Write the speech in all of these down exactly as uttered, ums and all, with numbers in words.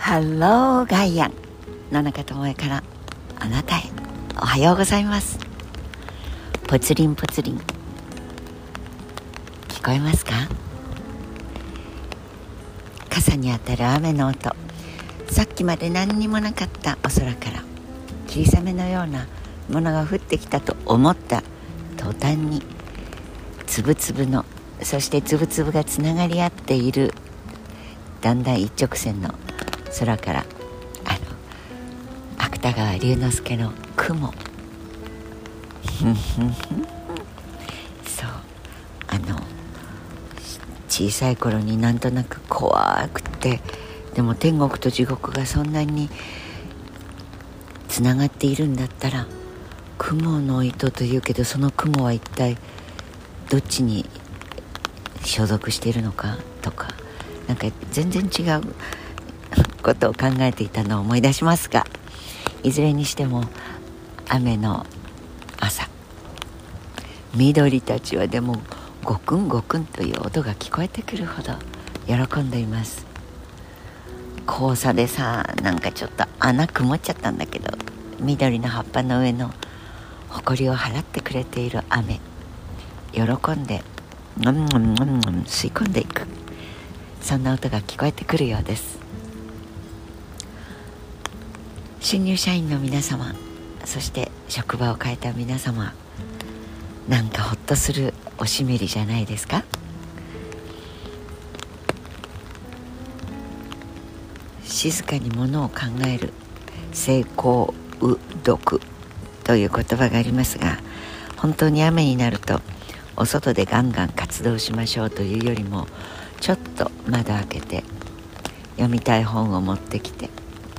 ハローガイアン、野中智恵からあなたへおはようございます。ポツリンポツリン聞こえますか？傘に当たる雨の音、さっきまで何にもなかったお空から霧雨のようなものが降ってきたと思った途端に、つぶつぶのそしてつぶつぶがつながり合っている、だんだん一直線の空から、あの芥川龍之介の雲そう、あの小さい頃になんとなく怖くて、でも天国と地獄がそんなにつながっているんだったら、雲の糸というけど、その雲は一体どっちに所属しているのかとか、なんか全然違うことを考えていたのを思い出しますが、いずれにしても雨の朝、緑たちはでもゴクンゴクンという音が聞こえてくるほど喜んでいます。黄砂でさ、なんかちょっと穴曇っちゃったんだけど、緑の葉っぱの上の埃を払ってくれている雨、喜んでうんうんうんうん吸い込んでいく、そんな音が聞こえてくるようです。新入社員の皆様、そして職場を変えた皆様、なんかほっとするおしめりじゃないですか？静かにものを考える静考う読という言葉がありますが、本当に雨になるとお外でガンガン活動しましょうというよりも、ちょっと窓開けて読みたい本を持ってきて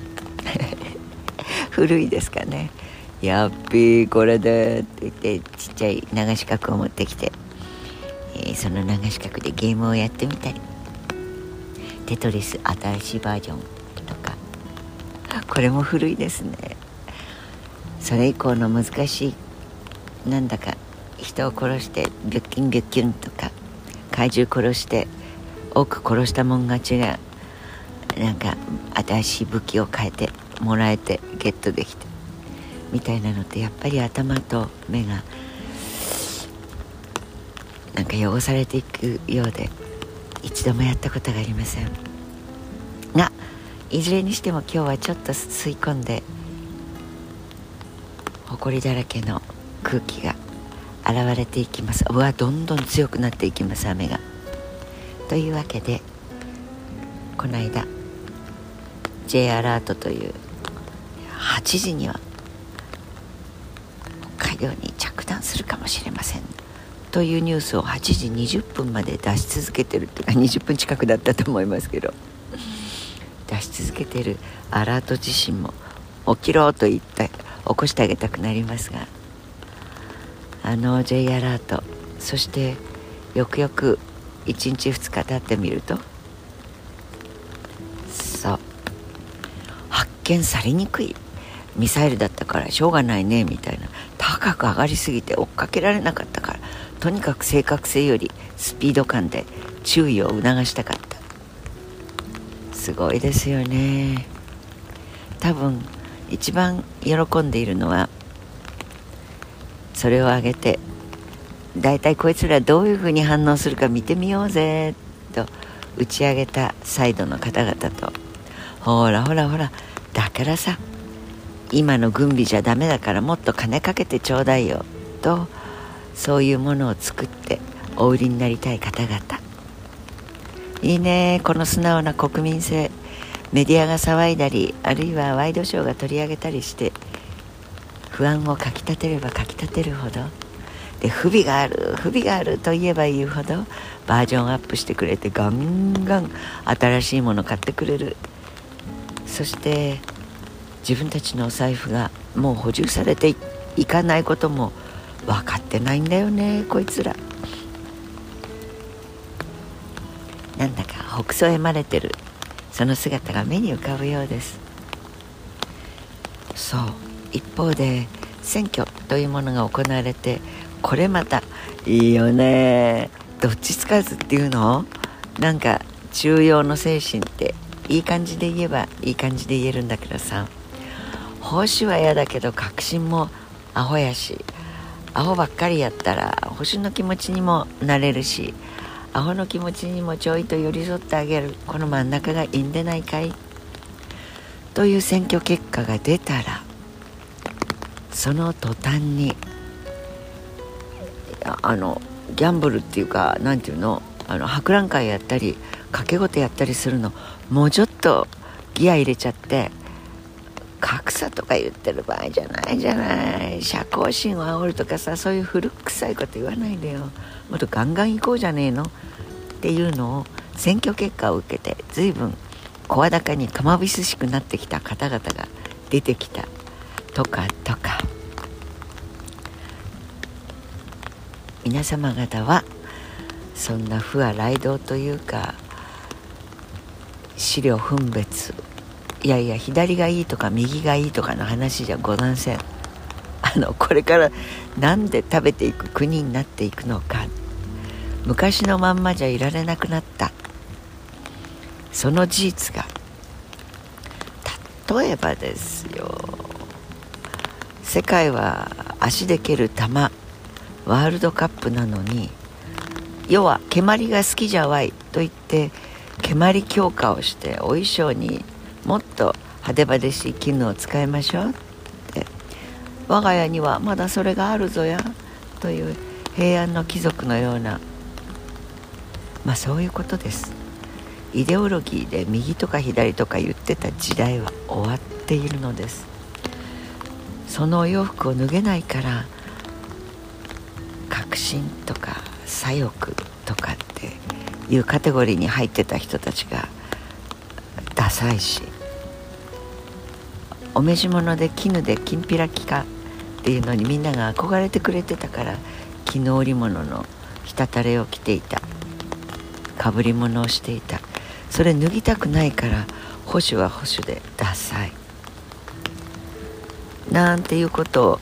古いですかね、やっぴーこれでって言ってちっちゃい流し角を持ってきて、えー、その流し角でゲームをやってみたり、テトリス新しいバージョンとか、これも古いですね。それ以降の難しい、なんだか人を殺してビュッキンビュッキュンとか、怪獣殺して多く殺したもん勝ちが、なんか新しい武器を変えてもらえてゲットできてみたいなのって、やっぱり頭と目がなんか汚されていくようで、一度もやったことがありませんが、いずれにしても今日はちょっと吸い込んで、埃だらけの空気が現れていきます。うわ、どんどん強くなっていきます、雨が。というわけで、この間 J アラートというはちじには北海道に着弾するかもしれませんというニュースをはちじにじゅっぷんまで出し続けてるというか、にじゅっぷん近くだったと思いますけど、出し続けているアラート自身も起きろと言って起こしてあげたくなりますが、あの J アラート、そしてよくよくいちにちふつか経ってみると、そう、発見されにくいミサイルだったからしょうがないねみたいな、高く上がりすぎて追っかけられなかったから、とにかく正確性よりスピード感で注意を促したかった。すごいですよね。多分一番喜んでいるのは、それを上げて、だいたいこいつらどういうふうに反応するか見てみようぜと打ち上げたサイドの方々と、ほらほらほら、だからさ、今の軍備じゃダメだからもっと金かけてちょうだいよと、そういうものを作ってお売りになりたい方々、いいね、この素直な国民性。メディアが騒いだり、あるいはワイドショーが取り上げたりして不安をかきたてればかきたてるほどで、不備がある不備があると言えば言うほどバージョンアップしてくれて、ガンガン新しいもの買ってくれる。そして自分たちのお財布がもう補充されて い, いかないことも分かってないんだよね、こいつら。なんだかほくそ笑まれてる、その姿が目に浮かぶようです。そう、一方で選挙というものが行われて、これまたいいよね、どっちつかずっていうの、なんか中庸の精神っていい感じで言えばいい感じで言えるんだけどさ、奉仕は嫌だけど確信もアホやし、アホばっかりやったら保守の気持ちにもなれるし、アホの気持ちにもちょいと寄り添ってあげる、この真ん中がいいんでないかいという選挙結果が出たら、その途端にあのギャンブルっていうか、なんていうの、あの博覧会やったり賭け事やったりするのもうちょっとギア入れちゃって、格差とか言ってる場合じゃないじゃない、社交心を煽るとかさ、そういう古臭いこと言わないでよ、もっとガンガン行こうじゃねえのっていうのを、選挙結果を受けて随分声高にかまびすしくなってきた方々が出てきたとかとか、皆様方はそんな不和雷道というか資料分別、いやいや左がいいとか右がいいとかの話じゃござんせん。あのこれからなんで食べていく国になっていくのか、昔のまんまじゃいられなくなった、その事実が、例えばですよ、世界は足で蹴る球ワールドカップなのに、要は蹴鞠が好きじゃわいと言って蹴鞠強化をしてお衣装にもっと派手派手しい絹を使いましょうって、我が家にはまだそれがあるぞやという平安の貴族のような、まあそういうことです。イデオロギーで右とか左とか言ってた時代は終わっているのです。そのお洋服を脱げないから、革新とか左翼とかっていうカテゴリーに入ってた人たちがダサいし、お召し物で絹できんぴらきかっていうのにみんなが憧れてくれてたから、絹織物の滴れを着ていた、かぶり物をしていた。それ脱ぎたくないから保守は保守でダサいなんていうことを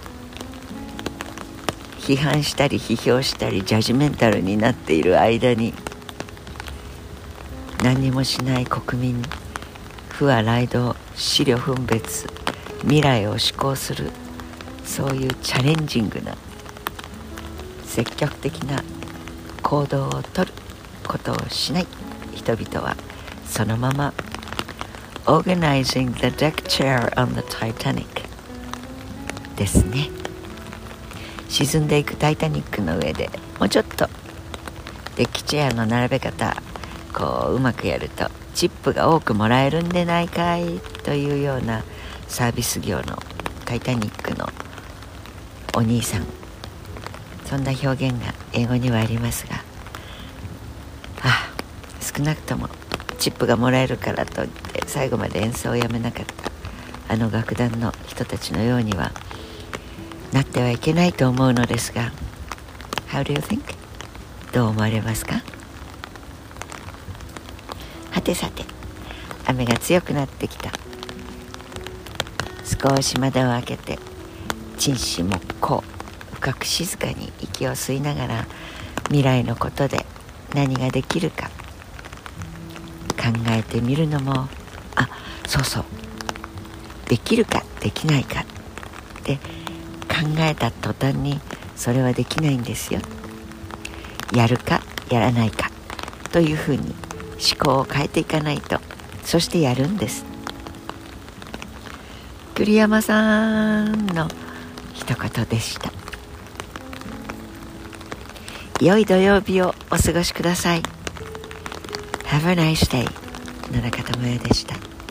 批判したり批評したりジャジメンタルになっている間に、何にもしない国民、不和雷道、資料分別、未来を思考する、そういうチャレンジングな積極的な行動をとることをしない人々は、そのまま Organizing the deck chair on the Titanic ですね。沈んでいくタイタニックの上でもうちょっとデッキチェアの並べ方こううまくやるとチップが多くもらえるんでないかいというようなサービス業のタイタニックのお兄さん、そんな表現が英語にはありますが、ああ少なくともチップがもらえるからといって最後まで演奏をやめなかったあの楽団の人たちのようにはなってはいけないと思うのですが、 How do you think? どう思われますか？はてさて、雨が強くなってきた。少し窓を開けて沈思黙考、深く静かに息を吸いながら未来のことで何ができるか考えてみるのも、あ、そうそう、できるかできないかって考えた途端にそれはできないんですよ。やるかやらないかというふうに思考を変えていかないと、そしてやるんです。栗山さんの一言でした。良い土曜日をお過ごしください。Have a nice day。野中智也でした。